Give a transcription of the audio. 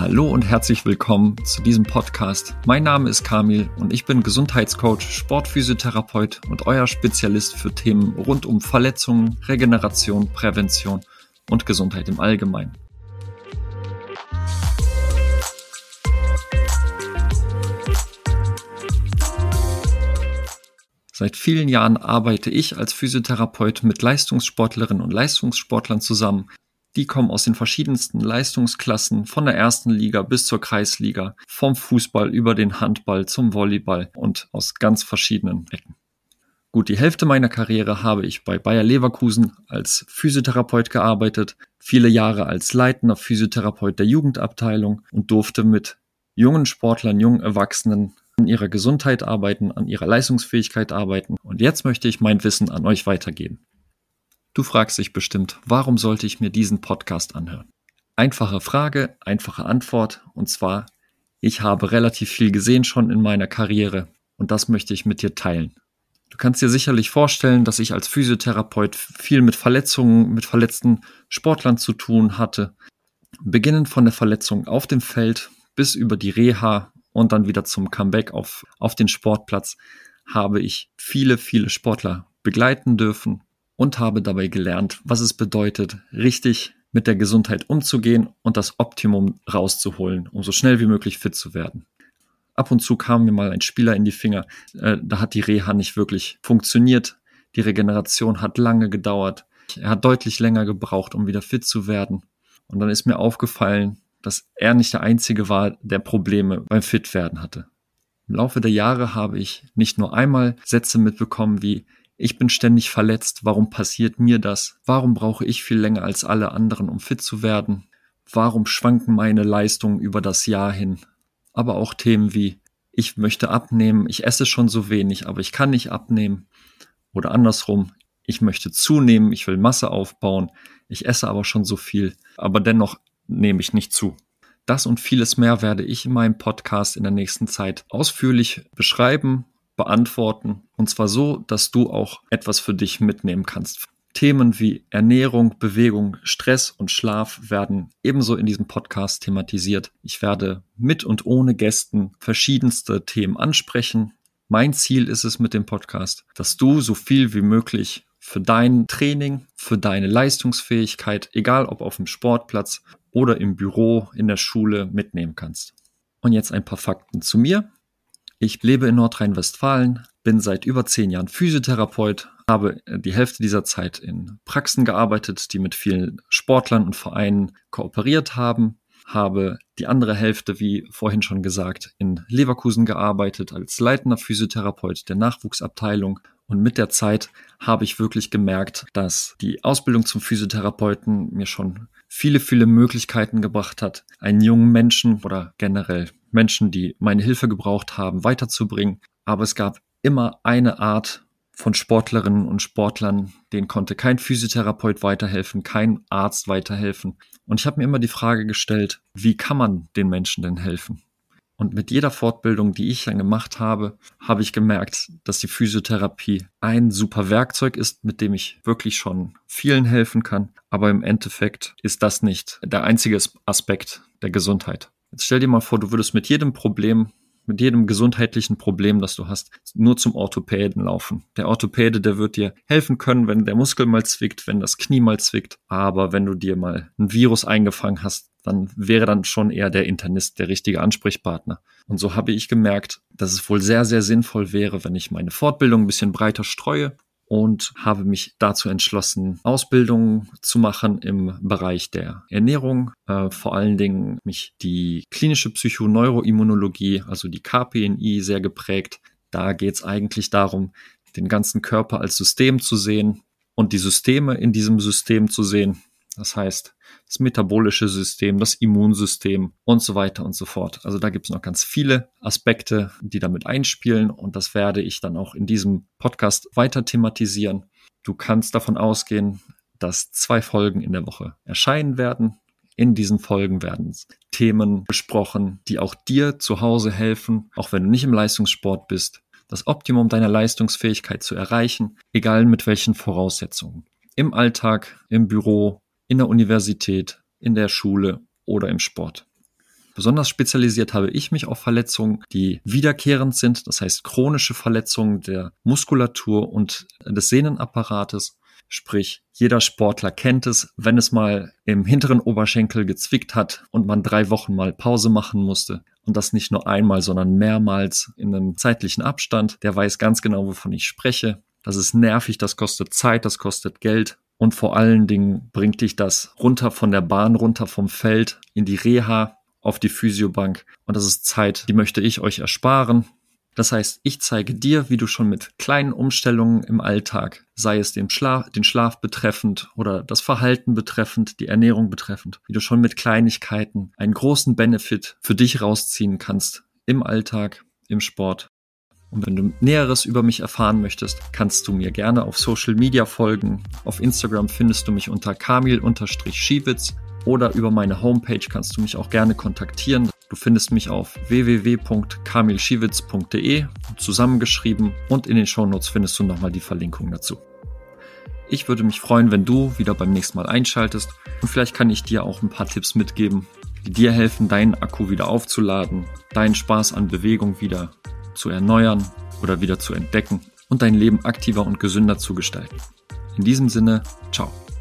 Hallo und herzlich willkommen zu diesem Podcast. Mein Name ist Kamil und ich bin Gesundheitscoach, Sportphysiotherapeut und euer Spezialist für Themen rund um Verletzungen, Regeneration, Prävention und Gesundheit im Allgemeinen. Seit vielen Jahren arbeite ich als Physiotherapeut mit Leistungssportlerinnen und Leistungssportlern zusammen. Die kommen aus den verschiedensten Leistungsklassen, von der ersten Liga bis zur Kreisliga, vom Fußball über den Handball zum Volleyball und aus ganz verschiedenen Ecken. Gut, die Hälfte meiner Karriere habe ich bei Bayer Leverkusen als Physiotherapeut gearbeitet, viele Jahre als leitender Physiotherapeut der Jugendabteilung und durfte mit jungen Sportlern, jungen Erwachsenen an ihrer Gesundheit arbeiten, an ihrer Leistungsfähigkeit arbeiten. Und jetzt möchte ich mein Wissen an euch weitergeben. Du fragst dich bestimmt, warum sollte ich mir diesen Podcast anhören? Einfache Frage, einfache Antwort. Und zwar, ich habe relativ viel gesehen schon in meiner Karriere und das möchte ich mit dir teilen. Du kannst dir sicherlich vorstellen, dass ich als Physiotherapeut viel mit Verletzungen, mit verletzten Sportlern zu tun hatte. Beginnend von der Verletzung auf dem Feld bis über die Reha und dann wieder zum Comeback auf den Sportplatz habe ich viele Sportler begleiten dürfen. Und habe dabei gelernt, was es bedeutet, richtig mit der Gesundheit umzugehen und das Optimum rauszuholen, um so schnell wie möglich fit zu werden. Ab und zu kam mir mal ein Spieler in die Finger, da hat die Reha nicht wirklich funktioniert. Die Regeneration hat lange gedauert. Er hat deutlich länger gebraucht, um wieder fit zu werden. Und dann ist mir aufgefallen, dass er nicht der Einzige war, der Probleme beim Fitwerden hatte. Im Laufe der Jahre habe ich nicht nur einmal Sätze mitbekommen wie: Ich bin ständig verletzt, warum passiert mir das? Warum brauche ich viel länger als alle anderen, um fit zu werden? Warum schwanken meine Leistungen über das Jahr hin? Aber auch Themen wie: Ich möchte abnehmen, ich esse schon so wenig, aber ich kann nicht abnehmen. Oder andersrum: Ich möchte zunehmen, ich will Masse aufbauen, ich esse aber schon so viel, aber dennoch nehme ich nicht zu. Das und vieles mehr werde ich in meinem Podcast in der nächsten Zeit ausführlich beschreiben, beantworten, und zwar so, dass du auch etwas für dich mitnehmen kannst. Themen wie Ernährung, Bewegung, Stress und Schlaf werden ebenso in diesem Podcast thematisiert. Ich werde mit und ohne Gästen verschiedenste Themen ansprechen. Mein Ziel ist es mit dem Podcast, dass du so viel wie möglich für dein Training, für deine Leistungsfähigkeit, egal ob auf dem Sportplatz oder im Büro, in der Schule, mitnehmen kannst. Und jetzt ein paar Fakten zu mir. Ich lebe in Nordrhein-Westfalen, bin seit über 10 Jahren Physiotherapeut, habe die Hälfte dieser Zeit in Praxen gearbeitet, die mit vielen Sportlern und Vereinen kooperiert haben, habe die andere Hälfte, wie vorhin schon gesagt, in Leverkusen gearbeitet als leitender Physiotherapeut der Nachwuchsabteilung. Und mit der Zeit habe ich wirklich gemerkt, dass die Ausbildung zum Physiotherapeuten mir schon viele Möglichkeiten gebracht hat, einen jungen Menschen oder generell Menschen, die meine Hilfe gebraucht haben, weiterzubringen. Aber es gab immer eine Art von Sportlerinnen und Sportlern, denen konnte kein Physiotherapeut weiterhelfen, kein Arzt weiterhelfen. Und ich habe mir immer die Frage gestellt, wie kann man den Menschen denn helfen? Und mit jeder Fortbildung, die ich dann gemacht habe, habe ich gemerkt, dass die Physiotherapie ein super Werkzeug ist, mit dem ich wirklich schon vielen helfen kann. Aber im Endeffekt ist das nicht der einzige Aspekt der Gesundheit. Jetzt stell dir mal vor, du würdest mit jedem gesundheitlichen Problem, das du hast, nur zum Orthopäden laufen. Der Orthopäde, der wird dir helfen können, wenn der Muskel mal zwickt, wenn das Knie mal zwickt. Aber wenn du dir mal ein Virus eingefangen hast, dann wäre dann schon eher der Internist der richtige Ansprechpartner. Und so habe ich gemerkt, dass es wohl sehr sinnvoll wäre, wenn ich meine Fortbildung ein bisschen breiter streue, und habe mich dazu entschlossen, Ausbildungen zu machen im Bereich der Ernährung. Vor allen Dingen mich die klinische Psychoneuroimmunologie, also die KPNI, sehr geprägt. Da geht es eigentlich darum, den ganzen Körper als System zu sehen und die Systeme in diesem System zu sehen. Das heißt, das metabolische System, das Immunsystem und so weiter und so fort. Also da gibt es noch ganz viele Aspekte, die damit einspielen, und das werde ich dann auch in diesem Podcast weiter thematisieren. Du kannst davon ausgehen, dass 2 Folgen in der Woche erscheinen werden. In diesen Folgen werden Themen besprochen, die auch dir zu Hause helfen, auch wenn du nicht im Leistungssport bist, das Optimum deiner Leistungsfähigkeit zu erreichen, egal mit welchen Voraussetzungen. Im Alltag, im Büro, in der Universität, in der Schule oder im Sport. Besonders spezialisiert habe ich mich auf Verletzungen, die wiederkehrend sind, das heißt chronische Verletzungen der Muskulatur und des Sehnenapparates. Sprich, jeder Sportler kennt es, wenn es mal im hinteren Oberschenkel gezwickt hat und man 3 Wochen mal Pause machen musste. Und das nicht nur einmal, sondern mehrmals in einem zeitlichen Abstand. Der weiß ganz genau, wovon ich spreche. Das ist nervig, das kostet Zeit, das kostet Geld. Und vor allen Dingen bringt dich das runter von der Bahn, runter vom Feld, in die Reha, auf die Physiobank. Und das ist Zeit, die möchte ich euch ersparen. Das heißt, ich zeige dir, wie du schon mit kleinen Umstellungen im Alltag, sei es den Schlaf betreffend oder das Verhalten betreffend, die Ernährung betreffend, wie du schon mit Kleinigkeiten einen großen Benefit für dich rausziehen kannst im Alltag, im Sport. Und wenn du Näheres über mich erfahren möchtest, kannst du mir gerne auf Social Media folgen. Auf Instagram findest du mich unter Kamil_Schiewitz oder über meine Homepage kannst du mich auch gerne kontaktieren. Du findest mich auf www.kamilschiewitz.de zusammengeschrieben und in den Shownotes findest du nochmal die Verlinkung dazu. Ich würde mich freuen, wenn du wieder beim nächsten Mal einschaltest und vielleicht kann ich dir auch ein paar Tipps mitgeben, die dir helfen, deinen Akku wieder aufzuladen, deinen Spaß an Bewegung wieder zu erneuern oder wieder zu entdecken und dein Leben aktiver und gesünder zu gestalten. In diesem Sinne, ciao.